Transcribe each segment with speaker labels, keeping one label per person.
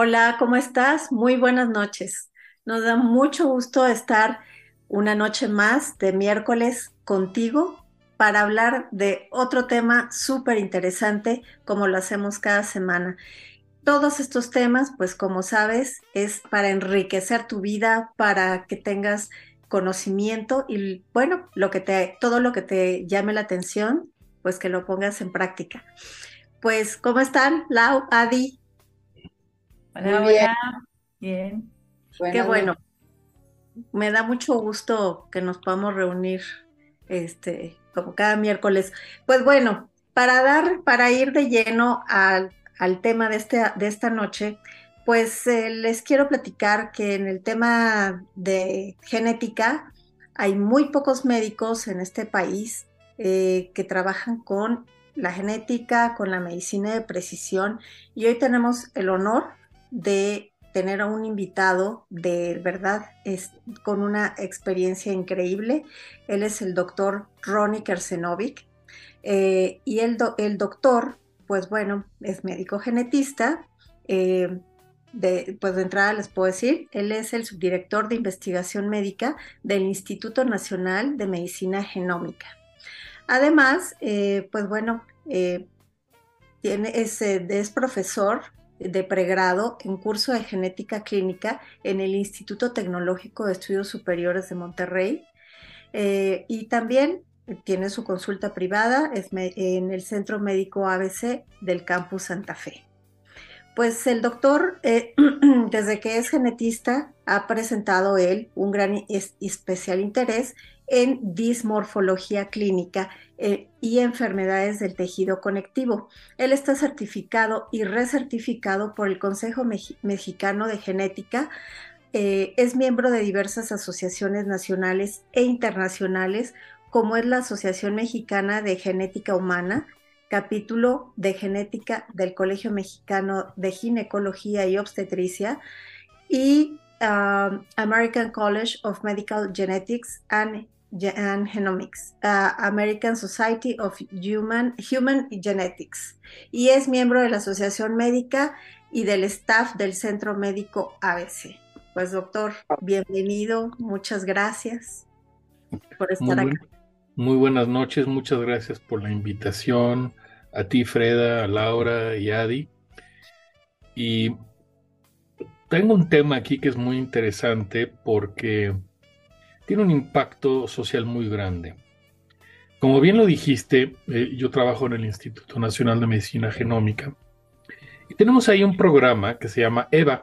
Speaker 1: Hola, ¿cómo estás? Muy buenas noches. Nos da mucho gusto estar una noche más de miércoles contigo para hablar de otro tema súper interesante como lo hacemos cada semana. Todos estos temas, pues como sabes, es para enriquecer tu vida, para que tengas conocimiento y bueno, todo lo que te llame la atención, pues que lo pongas en práctica. Pues, ¿cómo están, Lau, Adi?
Speaker 2: Muy
Speaker 3: Hola,
Speaker 2: bien,
Speaker 3: hola, bien.
Speaker 1: Qué
Speaker 2: buenas
Speaker 1: bueno.
Speaker 2: noches.
Speaker 1: Me da mucho gusto que nos podamos reunir, como cada miércoles. Pues bueno, para ir de lleno al tema de esta noche, pues les quiero platicar que en el tema de genética hay muy pocos médicos en este país que trabajan con la genética, con la medicina de precisión, y hoy tenemos el honor de tener a un invitado de verdad con una experiencia increíble. Él es el doctor Ronnie Kersenovic, y el doctor, pues bueno, es médico genetista. Pues de entrada les puedo decir, él es el subdirector de investigación médica del Instituto Nacional de Medicina Genómica. Además, pues bueno, es profesor de pregrado en curso de genética clínica en el Instituto Tecnológico de Estudios Superiores de Monterrey, y también tiene su consulta privada en el Centro Médico ABC del Campus Santa Fe. Pues el doctor, desde que es genetista, ha presentado él un gran especial interés en dismorfología clínica y enfermedades del tejido conectivo. Él está certificado y recertificado por el Consejo Mexicano de Genética. Es miembro de diversas asociaciones nacionales e internacionales, como es la Asociación Mexicana de Genética Humana, capítulo de genética del Colegio Mexicano de Ginecología y Obstetricia, y American College of Medical Genetics and Genomics, American Society of Human Genetics, y es miembro de la Asociación Médica y del staff del Centro Médico ABC. Pues doctor, bienvenido, muchas gracias por
Speaker 4: Muy
Speaker 1: estar acá.
Speaker 4: buen- Muy buenas noches, muchas gracias por la invitación, a ti, Freda, a Laura y Adi. Y tengo un tema aquí que es muy interesante porque tiene un impacto social muy grande. Como bien lo dijiste, yo trabajo en el Instituto Nacional de Medicina Genómica y tenemos ahí un programa que se llama EVA.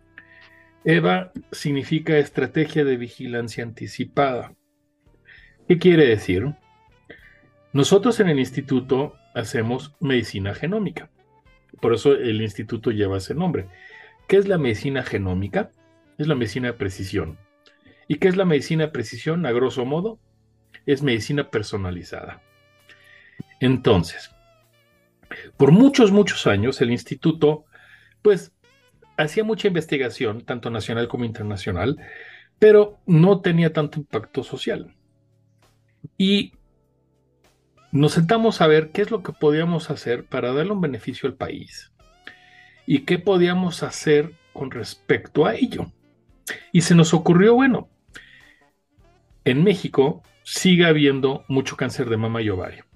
Speaker 4: EVA significa Estrategia de Vigilancia Anticipada. ¿Qué quiere decir? Nosotros en el instituto hacemos medicina genómica. Por eso el instituto lleva ese nombre. ¿Qué es la medicina genómica? Es la medicina de precisión. ¿Y qué es la medicina de precisión? A grosso modo, es medicina personalizada. Entonces, por muchos, muchos años, el instituto, pues, hacía mucha investigación, tanto nacional como internacional, pero no tenía tanto impacto social. Y nos sentamos a ver qué es lo que podíamos hacer para darle un beneficio al país y qué podíamos hacer con respecto a ello. Y se nos ocurrió, bueno, en México sigue habiendo mucho cáncer de mama y ovario.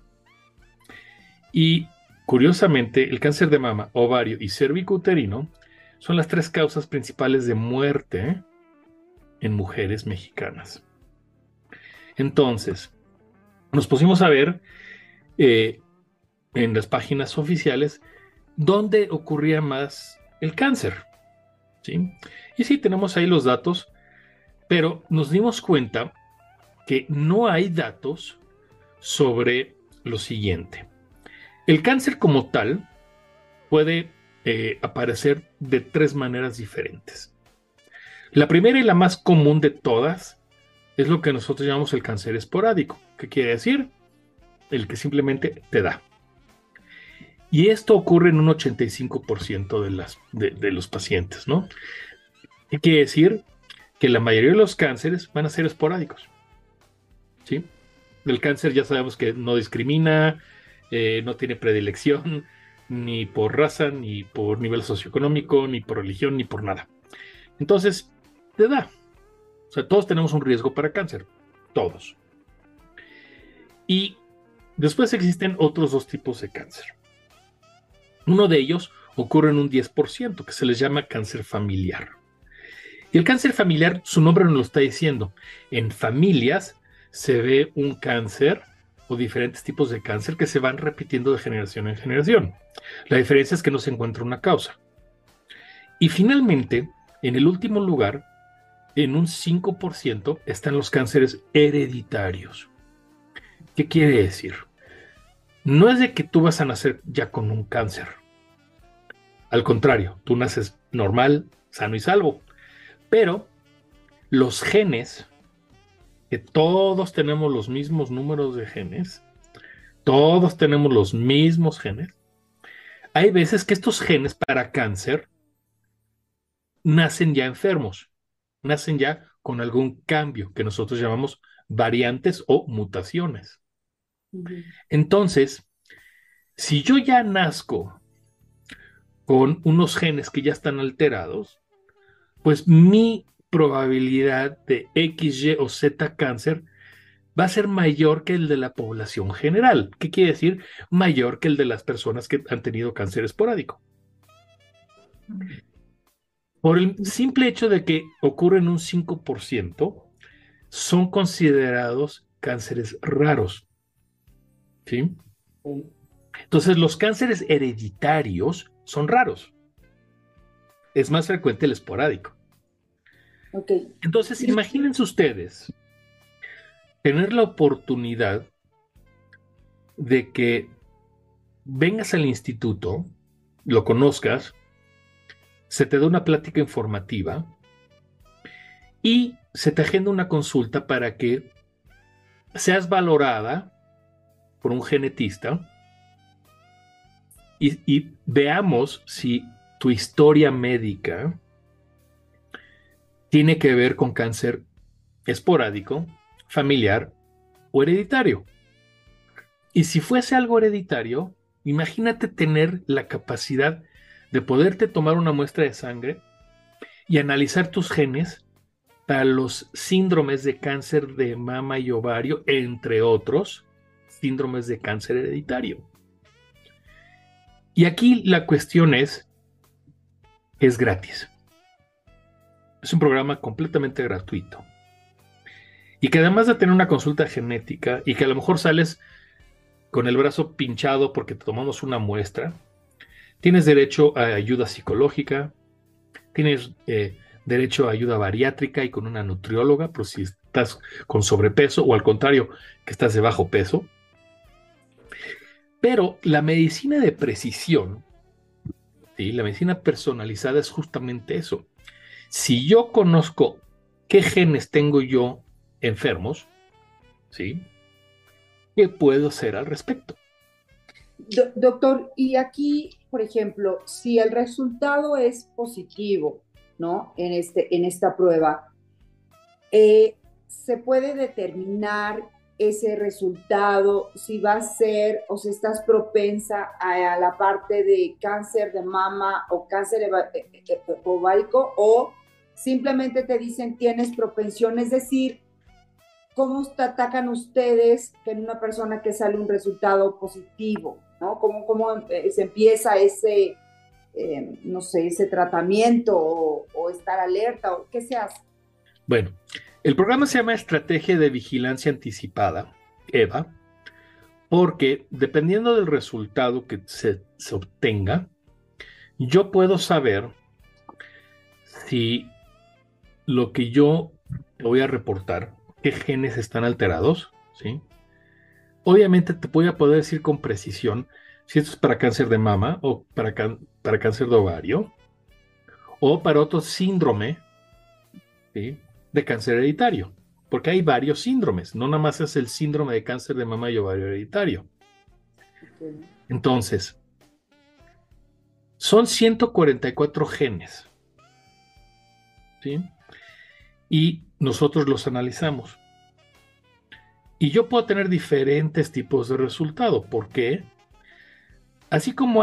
Speaker 4: Y curiosamente, el cáncer de mama, ovario y cervicuterino son las tres causas principales de muerte en mujeres mexicanas. Entonces, nos pusimos a ver eh, en las páginas oficiales dónde ocurría más el cáncer, ¿sí? Y sí, tenemos ahí los datos, pero nos dimos cuenta que no hay datos sobre lo siguiente. El cáncer como tal puede aparecer de tres maneras diferentes. La primera y la más común de todas es lo que nosotros llamamos el cáncer esporádico. ¿Qué quiere decir? El que simplemente te da. Y esto ocurre en un 85% de los pacientes, ¿no? ¿Qué quiere decir? Que la mayoría de los cánceres van a ser esporádicos, ¿sí? El cáncer ya sabemos que no discrimina, no tiene predilección, ni por raza, ni por nivel socioeconómico, ni por religión, ni por nada. Entonces, te da. O sea, todos tenemos un riesgo para cáncer. Todos. Y después existen otros dos tipos de cáncer. Uno de ellos ocurre en un 10%, que se les llama cáncer familiar. Y el cáncer familiar, su nombre nos lo está diciendo. En familias se ve un cáncer o diferentes tipos de cáncer que se van repitiendo de generación en generación. La diferencia es que no se encuentra una causa. Y finalmente, en el último lugar, en un 5% están los cánceres hereditarios. ¿Qué quiere decir? No es de que tú vas a nacer ya con un cáncer. Al contrario, tú naces normal, sano y salvo. Pero los genes, que todos tenemos los mismos números de genes, todos tenemos los mismos genes, hay veces que estos genes para cáncer nacen ya enfermos, nacen ya con algún cambio que nosotros llamamos variantes o mutaciones. Entonces, si yo ya nazco con unos genes que ya están alterados, pues mi probabilidad de X, Y o Z cáncer va a ser mayor que el de la población general. ¿Qué quiere decir? Mayor que el de las personas que han tenido cáncer esporádico. Por el simple hecho de que ocurren un 5%, son considerados cánceres raros. ¿Sí? Entonces, los cánceres hereditarios son raros. Es más frecuente el esporádico.
Speaker 1: Okay.
Speaker 4: Entonces, imagínense ustedes tener la oportunidad de que vengas al instituto, lo conozcas, se te da una plática informativa y se te agenda una consulta para que seas valorada por un genetista y veamos si tu historia médica tiene que ver con cáncer esporádico, familiar o hereditario. Y si fuese algo hereditario, imagínate tener la capacidad de poderte tomar una muestra de sangre y analizar tus genes para los síndromes de cáncer de mama y ovario, entre otros síndromes de cáncer hereditario. Y aquí la cuestión es gratis. Es un programa completamente gratuito. Y que además de tener una consulta genética y que a lo mejor sales con el brazo pinchado porque te tomamos una muestra, tienes derecho a ayuda psicológica, tienes derecho a ayuda bariátrica y con una nutrióloga, por si estás con sobrepeso o al contrario, que estás de bajo peso. Pero la medicina de precisión, ¿sí? La medicina personalizada es justamente eso. Si yo conozco qué genes tengo yo enfermos, ¿sí? ¿Qué puedo hacer al respecto?
Speaker 2: Doctor, y aquí, por ejemplo, si el resultado es positivo, ¿no? En esta prueba, ¿se puede determinar ese resultado si va a ser o si estás propensa a la parte de cáncer de mama o cáncer ovárico, o simplemente te dicen tienes propensión? Es decir, ¿cómo atacan ustedes que en una persona que sale un resultado positivo, ¿no? ¿Cómo se empieza ese, no sé, ese tratamiento o estar alerta o qué se hace?
Speaker 4: Bueno, el programa se llama Estrategia de Vigilancia Anticipada, EVA, porque dependiendo del resultado que se obtenga, yo puedo saber si lo que yo te voy a reportar, qué genes están alterados, ¿sí? Obviamente te voy a poder decir con precisión si esto es para cáncer de mama o para cáncer de ovario o para otro síndrome, ¿sí?, de cáncer hereditario, porque hay varios síndromes, no nada más es el síndrome de cáncer de mama y ovario hereditario. Okay. Entonces, son 144 genes, ¿sí? Y nosotros los analizamos. Y yo puedo tener diferentes tipos de resultado, porque así como hay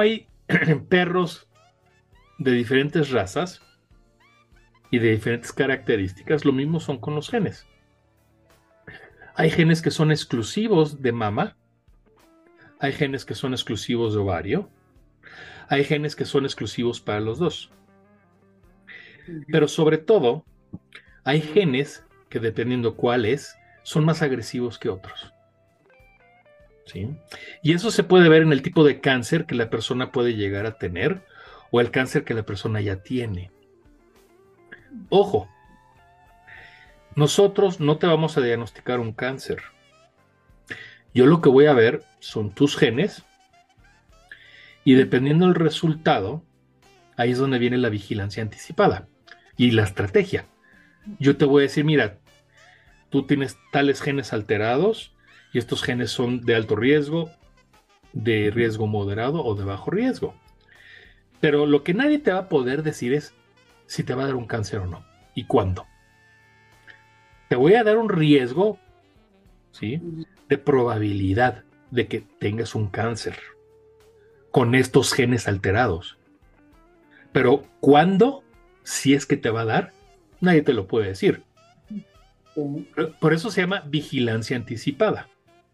Speaker 4: perros de diferentes razas y de diferentes características, lo mismo son con los genes. Hay genes que son exclusivos de mama, hay genes que son exclusivos de ovario, hay genes que son exclusivos para los dos. Pero sobre todo, hay genes que, dependiendo cuáles, son más agresivos que otros. ¿Sí? Y eso se puede ver en el tipo de cáncer que la persona puede llegar a tener o el cáncer que la persona ya tiene. Ojo, nosotros no te vamos a diagnosticar un cáncer. Yo lo que voy a ver son tus genes y dependiendo del resultado, ahí es donde viene la vigilancia anticipada y la estrategia. Yo te voy a decir, mira, tú tienes tales genes alterados y estos genes son de alto riesgo, de riesgo moderado o de bajo riesgo. Pero lo que nadie te va a poder decir es si te va a dar un cáncer o no y cuándo. Te voy a dar un riesgo, ¿sí?, de probabilidad de que tengas un cáncer con estos genes alterados. Pero ¿cuándo? Si es que te va a dar, nadie te lo puede decir. Por eso se llama vigilancia anticipada.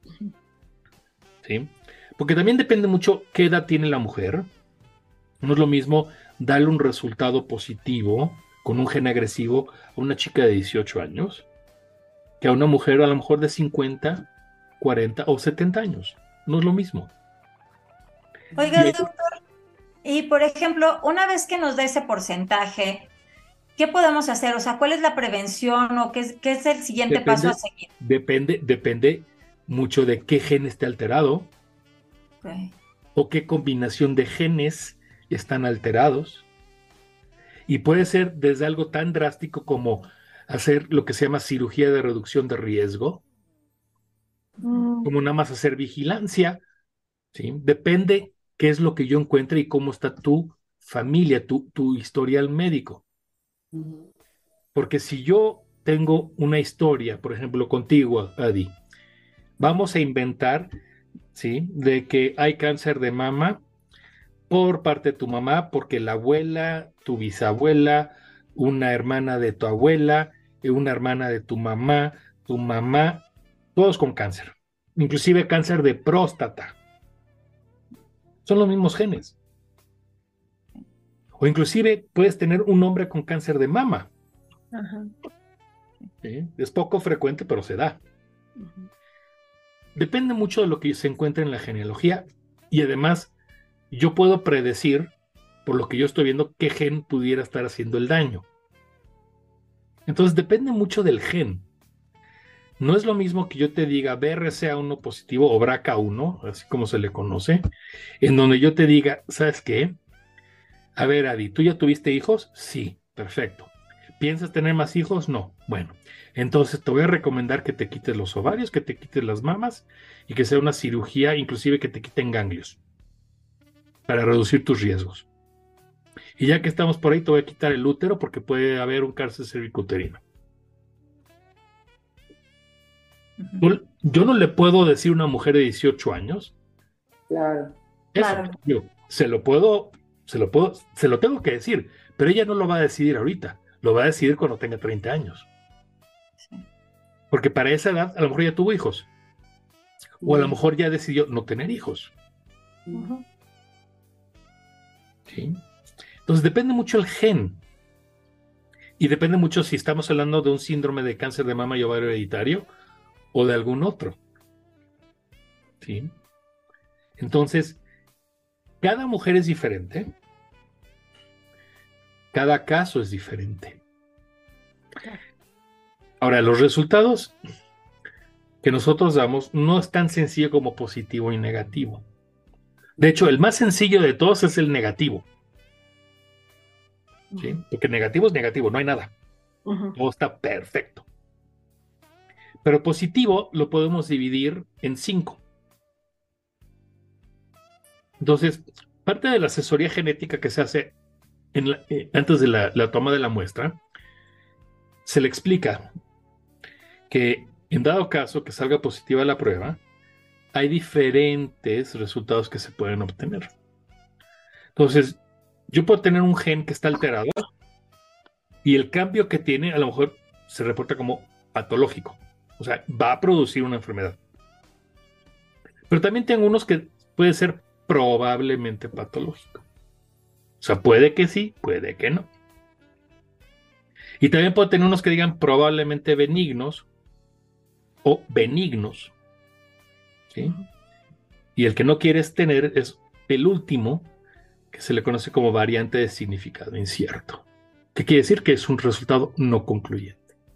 Speaker 4: ¿Sí? Porque también depende mucho qué edad tiene la mujer. No es lo mismo darle un resultado positivo con un gen agresivo a una chica de 18 años que a una mujer a lo mejor de 50, 40 o 70 años. No es lo mismo.
Speaker 3: Oiga, doctor, y por ejemplo, una vez que nos dé ese porcentaje, ¿qué podemos hacer? O sea, ¿cuál es la prevención o qué es el siguiente paso a seguir?
Speaker 4: Depende mucho de qué gen esté alterado
Speaker 3: Okay.
Speaker 4: o qué combinación de genes están alterados. Y puede ser desde algo tan drástico como hacer lo que se llama cirugía de reducción de riesgo, como nada más hacer vigilancia, ¿sí? Depende qué es lo que yo encuentre y cómo está tu familia, tu historial médico. Porque si yo tengo una historia, por ejemplo, contigo, Adi, vamos a inventar, ¿sí?, de que hay cáncer de mama por parte de tu mamá, porque la abuela, tu bisabuela, una hermana de tu abuela, una hermana de tu mamá, todos con cáncer, inclusive cáncer de próstata. Son los mismos genes. O inclusive puedes tener un hombre con cáncer de mama.
Speaker 1: Ajá.
Speaker 4: ¿Sí? Es poco frecuente, pero se da. Depende mucho de lo que se encuentra en la genealogía y además yo puedo predecir, por lo que yo estoy viendo, qué gen pudiera estar haciendo el daño. Entonces depende mucho del gen. No es lo mismo que yo te diga BRCA1 positivo o BRCA1, así como se le conoce, en donde yo te diga, ¿sabes qué? A ver, Adi, ¿tú ya tuviste hijos? Sí, perfecto. ¿Piensas tener más hijos? No. Bueno, entonces te voy a recomendar que te quites los ovarios, que te quites las mamas y que sea una cirugía, inclusive que te quiten ganglios, para reducir tus riesgos. Y ya que estamos por ahí, te voy a quitar el útero porque puede haber un cáncer cervicuterino. Yo no le puedo decir a una mujer de 18 años.
Speaker 2: Claro.
Speaker 4: Eso,
Speaker 3: Claro.
Speaker 4: digo, se lo tengo que decir, pero ella no lo va a decidir ahorita, lo va a decidir cuando tenga 30 años.
Speaker 3: Sí.
Speaker 4: Porque para esa edad a lo mejor ya tuvo hijos, o a lo mejor ya decidió no tener hijos. ¿Sí? Entonces depende mucho el gen, y depende mucho si estamos hablando de un síndrome de cáncer de mama y ovario hereditario, o de algún otro. ¿Sí? Entonces, cada mujer es diferente, cada caso es diferente. Ahora, los resultados que nosotros damos no es tan sencillo como positivo y negativo. De hecho, el más sencillo de todos es el negativo. ¿Sí? Porque negativo es negativo, no hay nada. Todo está perfecto. Pero positivo lo podemos dividir en 5. Entonces, parte de la asesoría genética que se hace antes de la toma de la muestra, se le explica que en dado caso que salga positiva la prueba, hay diferentes resultados que se pueden obtener. Entonces, yo puedo tener un gen que está alterado y el cambio que tiene a lo mejor se reporta como patológico. O sea, va a producir una enfermedad. Pero también tengo unos que puede ser probablemente patológico. O sea, puede que sí, puede que no. Y también puedo tener unos que digan probablemente benignos o benignos. ¿Sí? Y el que no quieres tener es el último, que se le conoce como variante de significado incierto. ¿Qué quiere decir? Que es un resultado no concluyente.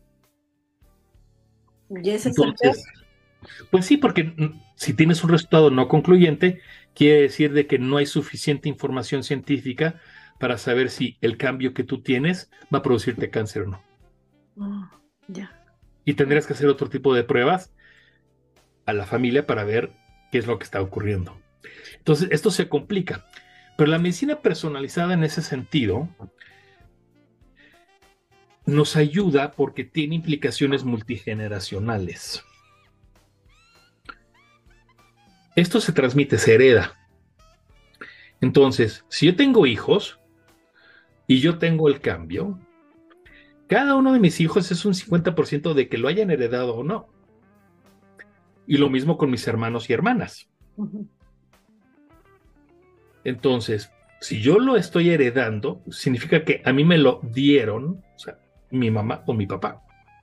Speaker 1: ¿Y ese es el
Speaker 4: Entonces, pues sí, porque si tienes un resultado no concluyente, quiere decir de que no hay suficiente información científica para saber si el cambio que tú tienes va a producirte cáncer o no.
Speaker 1: Ya.
Speaker 4: Y tendrías que hacer otro tipo de pruebas a la familia para ver qué es lo que está ocurriendo. Entonces, esto se complica. Pero la medicina personalizada en ese sentido nos ayuda porque tiene implicaciones multigeneracionales. Esto se transmite, se hereda. Entonces, si yo tengo hijos y yo tengo el cambio, cada uno de mis hijos es un 50% de que lo hayan heredado o no. Y lo mismo con mis hermanos y hermanas. Entonces, si yo lo estoy heredando, significa que a mí me lo dieron, o sea, mi mamá o mi papá.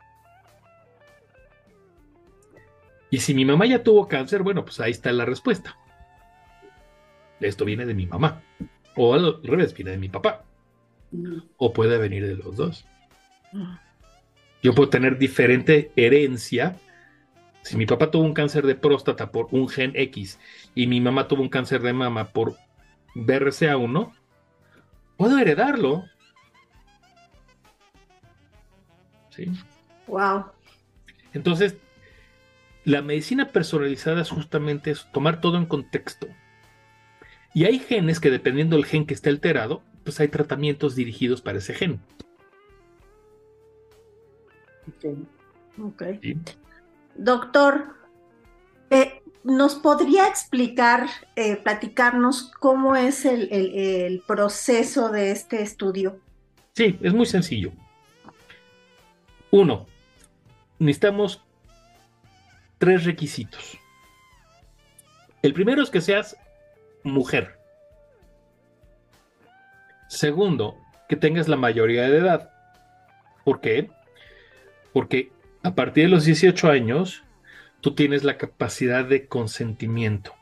Speaker 4: Y si mi mamá ya tuvo cáncer, bueno, pues ahí está la respuesta. Esto viene de mi mamá. O al revés, viene de mi papá. O puede venir de los dos. Yo puedo tener diferente herencia. Si mi papá tuvo un cáncer de próstata por un gen X y mi mamá tuvo un cáncer de mama por BRCA1, puedo heredarlo. ¿Sí?
Speaker 1: Wow.
Speaker 4: Entonces, la medicina personalizada es justamente eso, tomar todo en contexto. Y hay genes que dependiendo del gen que esté alterado, pues hay tratamientos dirigidos para ese gen.
Speaker 1: Okay.
Speaker 4: ¿Sí?
Speaker 1: Doctor, ¿nos podría explicar, platicarnos cómo es el proceso de este estudio?
Speaker 4: Sí, es muy sencillo. 1. Necesitamos 3 requisitos. El primero es que seas mujer. Segundo, que tengas la mayoría de edad. ¿Por qué? Porque a partir de los 18 años, tú tienes la capacidad de consentimiento.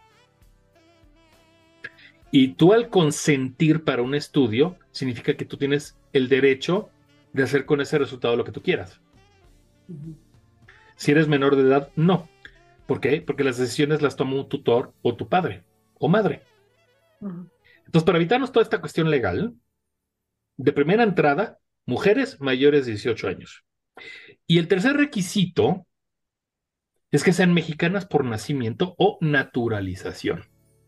Speaker 4: Y tú al consentir para un estudio, significa que tú tienes el derecho de hacer con ese resultado lo que tú quieras. Si eres menor de edad, no. ¿Por qué? Porque las decisiones las toma un tutor o tu padre o madre. Entonces, para evitarnos toda esta cuestión legal, de primera entrada, mujeres mayores de 18 años. Y el tercer requisito es que sean mexicanas por nacimiento o naturalización.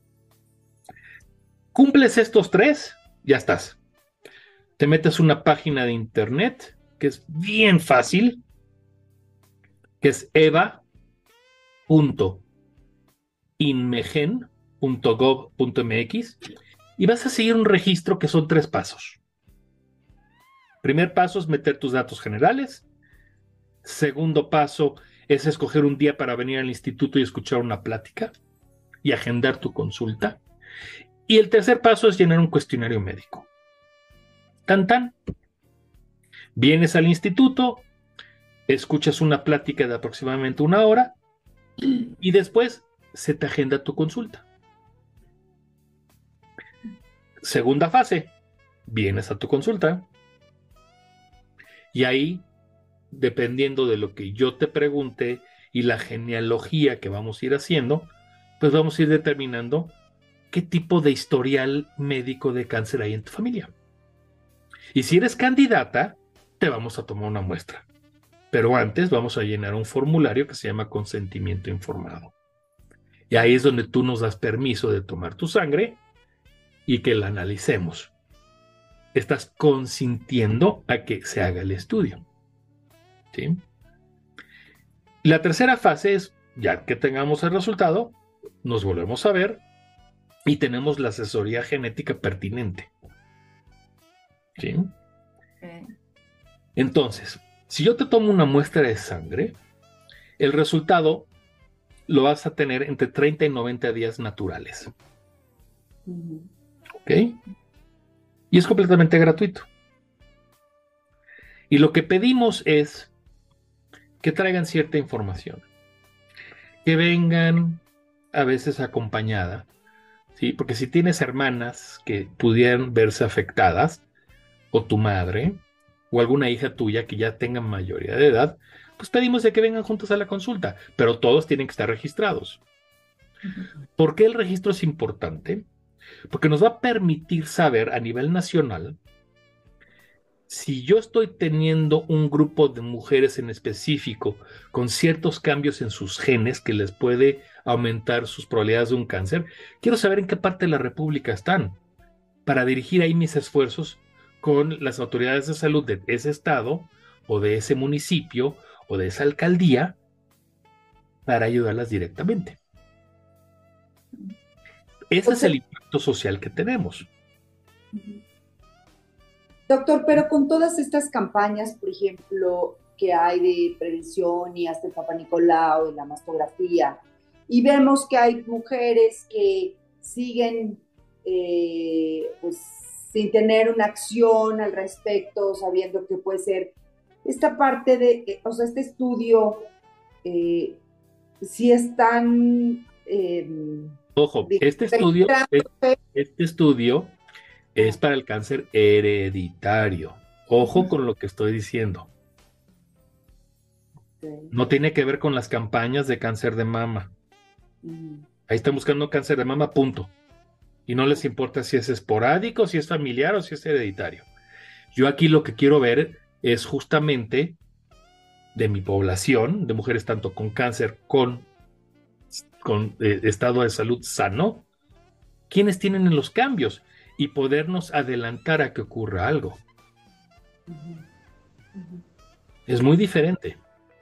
Speaker 4: Cumples estos 3, ya estás. Te metes a una página de internet que es bien fácil, que es eva.inmegen.gov.mx y vas a seguir un registro que son 3 pasos. Primer paso es meter tus datos generales. Segundo paso es escoger un día para venir al instituto y escuchar una plática y agendar tu consulta. Y el tercer paso es llenar un cuestionario médico. Tan tan. Vienes al instituto, escuchas una plática de aproximadamente 1 hora y después se te agenda tu consulta. Segunda fase, vienes a tu consulta y ahí, dependiendo de lo que yo te pregunte y la genealogía que vamos a ir haciendo, pues vamos a ir determinando qué tipo de historial médico de cáncer hay en tu familia. Y si eres candidata, te vamos a tomar una muestra. Pero antes vamos a llenar un formulario que se llama consentimiento informado. Y ahí es donde tú nos das permiso de tomar tu sangre y que la analicemos. Estás consintiendo a que se haga el estudio. ¿Sí? La tercera fase es, ya que tengamos el resultado, nos volvemos a ver y tenemos la asesoría genética pertinente. ¿Sí? Entonces, si yo te tomo una muestra de sangre, el resultado lo vas a tener entre 30 y 90 días naturales. ¿Ok? Y es completamente gratuito. Y lo que pedimos es que traigan cierta información, que vengan a veces acompañada, ¿sí? Porque si tienes hermanas que pudieran verse afectadas, o tu madre, o alguna hija tuya que ya tenga mayoría de edad, pues pedimos de que vengan juntos a la consulta, pero todos tienen que estar registrados. ¿Por qué el registro es importante? Porque nos va a permitir saber a nivel nacional si yo estoy teniendo un grupo de mujeres en específico con ciertos cambios en sus genes que les puede aumentar sus probabilidades de un cáncer. Quiero saber en qué parte de la República están para dirigir ahí mis esfuerzos con las autoridades de salud de ese estado o de ese municipio o de esa alcaldía para ayudarlas directamente. Ese es el impacto social que tenemos.
Speaker 2: Doctor, pero con todas estas campañas, por ejemplo, que hay de prevención y hasta el Papa Nicolau y la mastografía, y vemos que hay mujeres que siguen pues sin tener una acción al respecto, sabiendo que puede ser esta parte de, o sea, este estudio, si están...
Speaker 4: Ojo, este estudio es para el cáncer hereditario. Ojo con lo que estoy diciendo. No tiene que ver con las campañas de cáncer de mama. Ahí están buscando cáncer de mama, punto. Y no les importa si es esporádico, si es familiar o si es hereditario. Yo aquí lo que quiero ver es justamente de mi población, de mujeres tanto con cáncer, con estado de salud sano, quiénes tienen los cambios y podernos adelantar a que ocurra algo. Es muy diferente.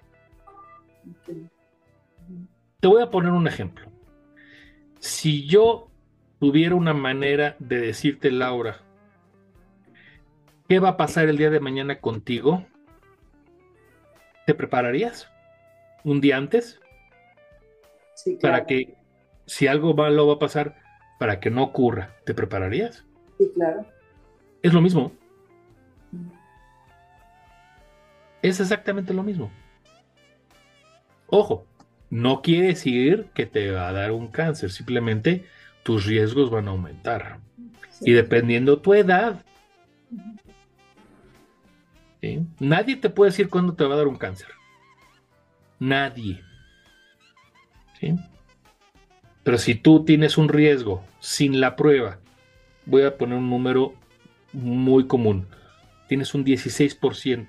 Speaker 4: Te voy a poner un ejemplo. Si yo tuviera una manera de decirte, Laura, ¿qué va a pasar el día de mañana contigo? ¿Te prepararías un día antes?
Speaker 2: Sí, claro.
Speaker 4: Para que, si algo malo va a pasar, para que no ocurra, ¿te prepararías?
Speaker 2: Sí, claro.
Speaker 4: Es lo mismo. Es exactamente lo mismo. Ojo, no quiere decir que te va a dar un cáncer, simplemente tus riesgos van a aumentar. Sí. Y dependiendo tu edad, ¿sí? Nadie te puede decir cuándo te va a dar un cáncer. Nadie. ¿Sí? Pero si tú tienes un riesgo sin la prueba, voy a poner un número muy común, tienes un 16%.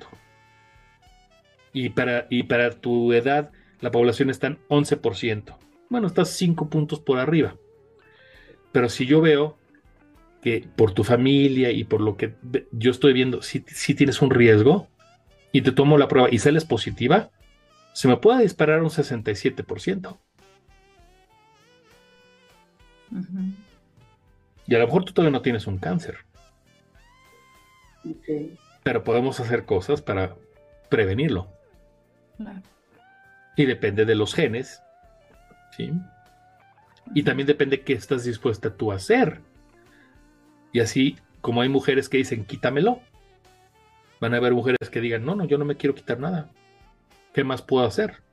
Speaker 4: Y para tu edad, la población está en 11%. Bueno, estás 5 puntos por arriba. Pero si yo veo que por tu familia y por lo que yo estoy viendo, si tienes un riesgo y te tomo la prueba y sales positiva, se me puede disparar un 67%. Y a lo mejor tú todavía no tienes un cáncer.
Speaker 2: Okay.
Speaker 4: Pero podemos hacer cosas para prevenirlo. Claro. Y depende de los genes, ¿sí? Y también depende qué estás dispuesta tú a hacer. Y así, como hay mujeres que dicen, quítamelo, van a haber mujeres que digan, no, yo no me quiero quitar nada. ¿Qué más puedo hacer?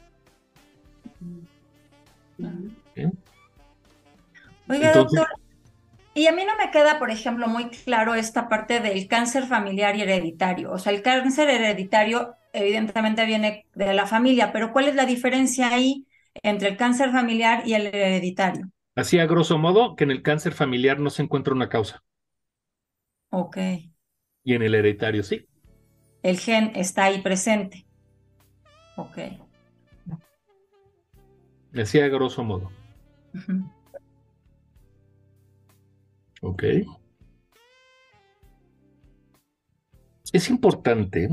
Speaker 3: ¿Sí? Oiga, entonces, doctor, y a mí no me queda, por ejemplo, muy claro esta parte del cáncer familiar y hereditario. O sea, el cáncer hereditario evidentemente viene de la familia, pero ¿cuál es la diferencia ahí entre el cáncer familiar y el hereditario?
Speaker 4: Así a grosso modo, que en el cáncer familiar no se encuentra una causa.
Speaker 3: Ok.
Speaker 4: Y en el hereditario sí.
Speaker 3: El gen está ahí presente. Ok.
Speaker 4: Así a grosso modo. Ok. Es importante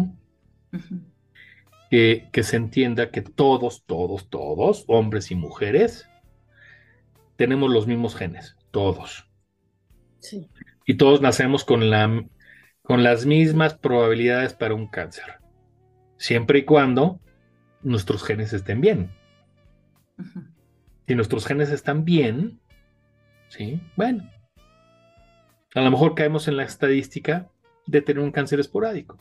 Speaker 4: que se entienda que todos, hombres y mujeres, tenemos los mismos genes. todos.
Speaker 1: Sí.
Speaker 4: Y todos nacemos con las mismas probabilidades para un cáncer, siempre y cuando nuestros genes estén bien.
Speaker 3: Ujú.
Speaker 4: Si nuestros genes están bien, ¿sí? Bueno, a lo mejor caemos en la estadística de tener un cáncer esporádico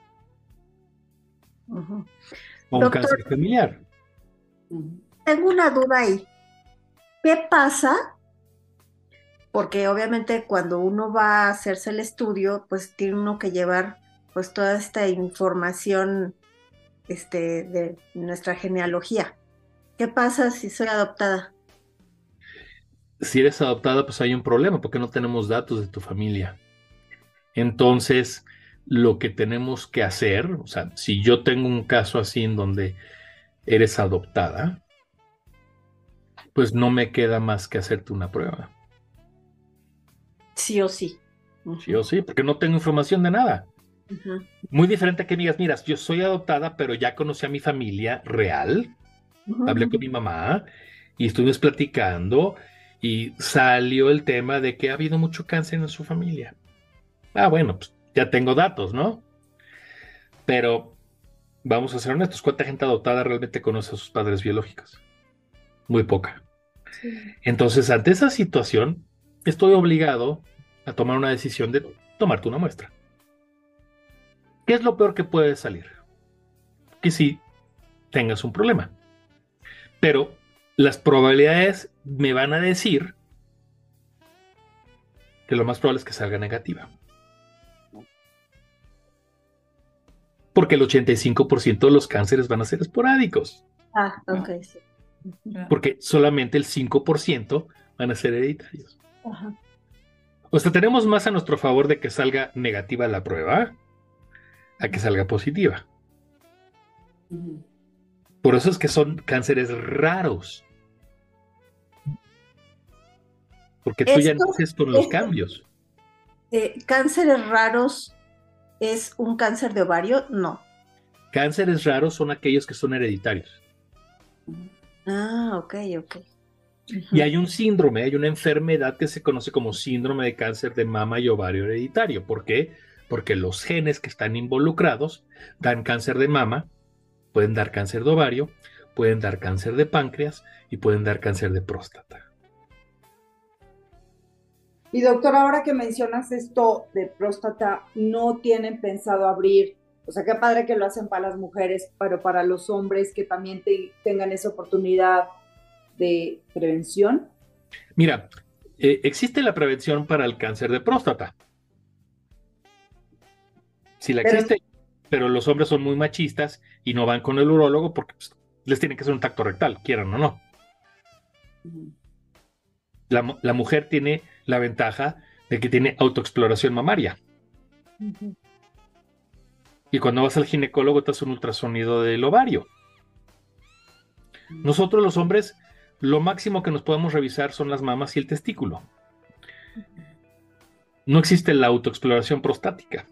Speaker 1: Ujú.
Speaker 4: o un
Speaker 1: Doctor,
Speaker 4: cáncer familiar.
Speaker 1: tengo una duda ahí. ¿Qué pasa? Porque obviamente cuando uno va a hacerse el estudio, pues tiene uno que llevar pues toda esta información de nuestra genealogía. ¿Qué pasa si soy adoptada?
Speaker 4: Si eres adoptada, pues hay un problema porque no tenemos datos de tu familia. Entonces, lo que tenemos que hacer, o sea, si yo tengo un caso así en donde eres adoptada, pues no me queda más que hacerte una prueba.
Speaker 1: Sí o sí.
Speaker 4: Sí o sí, porque no tengo información de nada.
Speaker 1: Ujú.
Speaker 4: Muy diferente a que me digas, mira, yo soy adoptada, pero ya conocí a mi familia real, hablé con mi mamá y estuvimos platicando y salió el tema de que ha habido mucho cáncer en su familia. Ah, bueno, pues ya tengo datos, ¿no? Pero vamos a ser honestos, ¿cuánta gente adoptada realmente conoce a sus padres biológicos? Muy poca.
Speaker 1: Sí.
Speaker 4: Entonces, ante esa situación, estoy obligado a tomar una decisión de tomarte una muestra. ¿Qué es lo peor que puede salir? Que sí tengas un problema. Pero las probabilidades me van a decir que lo más probable es que salga negativa. Porque el 85% de los cánceres van a ser esporádicos.
Speaker 1: Ah, ok, sí.
Speaker 4: Porque solamente el 5% van a ser hereditarios.
Speaker 1: Ajá.
Speaker 4: O sea, tenemos más a nuestro favor de que salga negativa la prueba a que salga positiva. Por eso es que son cánceres raros. Porque tú ya naces con los cambios.
Speaker 1: ¿Cánceres raros es un cáncer de ovario? No.
Speaker 4: Cánceres raros son aquellos que son hereditarios.
Speaker 1: Ah, ok.
Speaker 4: Y hay un síndrome, hay una enfermedad que se conoce como síndrome de cáncer de mama y ovario hereditario. ¿Por qué? Porque los genes que están involucrados dan cáncer de mama, pueden dar cáncer de ovario, pueden dar cáncer de páncreas y pueden dar cáncer de próstata.
Speaker 2: Y doctor, ahora que mencionas esto de próstata, ¿no tienen pensado abrir? O sea, qué padre que lo hacen para las mujeres, pero para los hombres que también tengan esa oportunidad de prevención.
Speaker 4: Mira, existe la prevención para el cáncer de próstata. Sí la existe, pero los hombres son muy machistas y no van con el urólogo porque pues, les tiene que hacer un tacto rectal, quieran o no. La mujer tiene la ventaja de que tiene autoexploración mamaria. Y cuando vas al ginecólogo te hace un ultrasonido del ovario. Nosotros los hombres, lo máximo que nos podemos revisar son las mamas y el testículo. No existe la autoexploración prostática.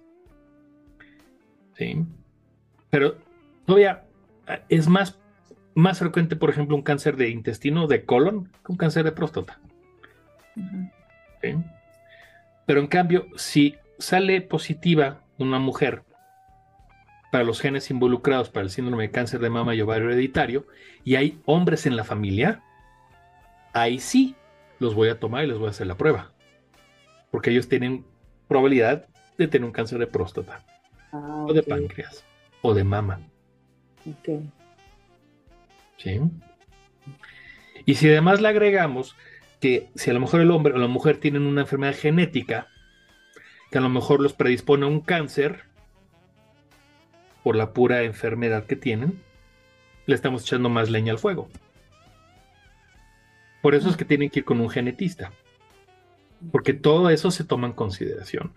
Speaker 4: ¿Sí? Pero todavía es más frecuente, por ejemplo, un cáncer de intestino, de colon, que un cáncer de próstata. ¿Sí? Pero en cambio, si sale positiva una mujer para los genes involucrados para el síndrome de cáncer de mama y ovario hereditario, y hay hombres en la familia, ahí sí los voy a tomar y les voy a hacer la prueba. Porque ellos tienen probabilidad de tener un cáncer de próstata, o de páncreas, o de mama. ¿Sí? Y si además le agregamos que si a lo mejor el hombre o la mujer tienen una enfermedad genética que a lo mejor los predispone a un cáncer por la pura enfermedad que tienen, le estamos echando más leña al fuego. Por eso es que tienen que ir con un genetista, porque todo eso se toma en consideración.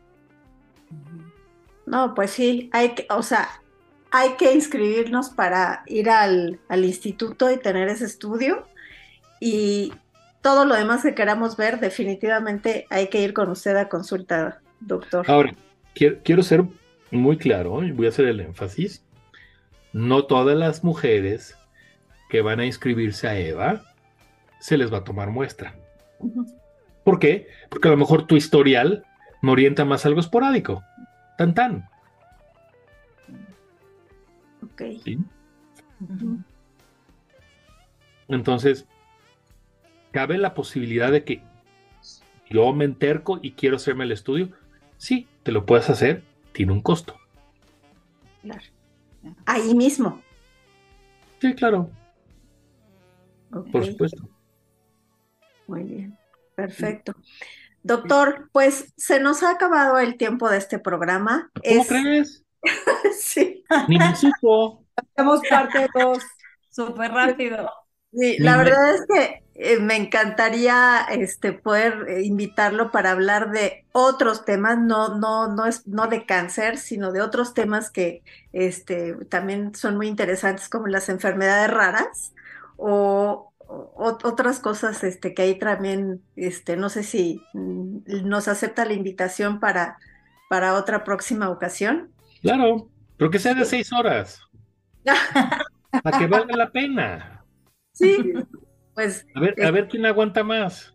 Speaker 1: No, pues sí, hay que inscribirnos para ir al instituto y tener ese estudio, y todo lo demás que queramos ver, definitivamente hay que ir con usted a consulta, doctor.
Speaker 4: Ahora, quiero ser muy claro, y voy a hacer el énfasis, no todas las mujeres que van a inscribirse a EVA se les va a tomar muestra. ¿Por qué? Porque a lo mejor tu historial me orienta más a algo esporádico. Tan tan.
Speaker 1: Ok.
Speaker 4: ¿Sí?
Speaker 3: Ujú.
Speaker 4: Entonces, cabe la posibilidad de que yo me enterco y quiero hacerme el estudio. Sí, te lo puedes hacer, tiene un costo.
Speaker 1: Claro. Ahí mismo.
Speaker 4: Sí, claro,
Speaker 1: Ok.
Speaker 4: por supuesto.
Speaker 1: Muy bien. Perfecto. Doctor, pues se nos ha acabado el tiempo de este programa.
Speaker 4: ¿Cómo crees?
Speaker 1: Sí,
Speaker 4: Ni me supo.
Speaker 2: Hacemos parte dos.
Speaker 3: Súper rápido.
Speaker 1: sí,
Speaker 4: Ni
Speaker 1: la
Speaker 4: me...
Speaker 1: verdad es que me encantaría poder invitarlo para hablar de otros temas, no de cáncer, sino de otros temas que también son muy interesantes, como las enfermedades raras o otras cosas que ahí también, no sé si nos acepta la invitación para otra próxima ocasión.
Speaker 4: Claro, pero que sea de
Speaker 1: Sí.
Speaker 4: 6 horas, para que valga la pena.
Speaker 1: Sí, pues,
Speaker 4: A ver quién aguanta más.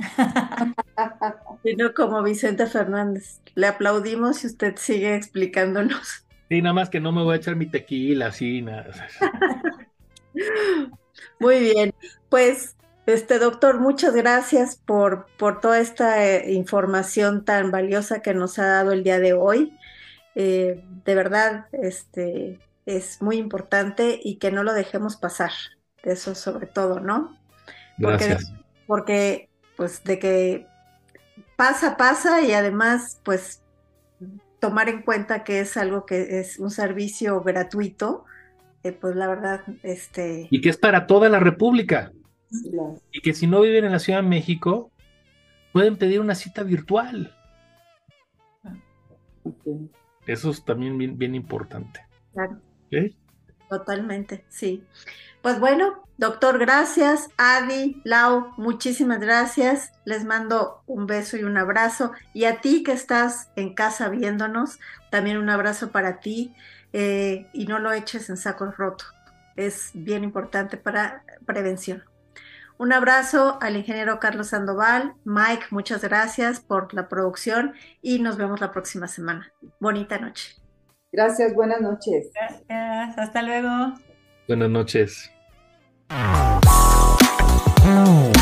Speaker 1: no como Vicente Fernández. Le aplaudimos y usted sigue explicándonos.
Speaker 4: Sí, nada más que no me voy a echar mi tequila, así, nada.
Speaker 1: Muy bien, pues, doctor, muchas gracias por toda esta información tan valiosa que nos ha dado el día de hoy. De verdad, es muy importante y que no lo dejemos pasar. Eso sobre todo, ¿no? Porque,
Speaker 4: Gracias.
Speaker 1: porque, pues, de que pasa y además, pues, tomar en cuenta que es algo que es un servicio gratuito, pues la verdad,
Speaker 4: Y que es para toda la República.
Speaker 2: Claro.
Speaker 4: Y que si no viven en la Ciudad de México, pueden pedir una cita virtual.
Speaker 2: Ok.
Speaker 4: Eso es también bien, bien importante.
Speaker 1: claro,
Speaker 4: ¿Ok?
Speaker 1: totalmente, sí. Pues bueno, doctor, gracias. Adi, Lau, muchísimas gracias. Les mando un beso y un abrazo. Y a ti que estás en casa viéndonos, también un abrazo para ti. Y no lo eches en saco roto. Es bien importante para prevención. Un abrazo al ingeniero Carlos Sandoval. Mike, muchas gracias por la producción y nos vemos la próxima semana. Bonita noche.
Speaker 2: Gracias, buenas noches.
Speaker 3: Gracias. Hasta luego.
Speaker 4: Buenas noches.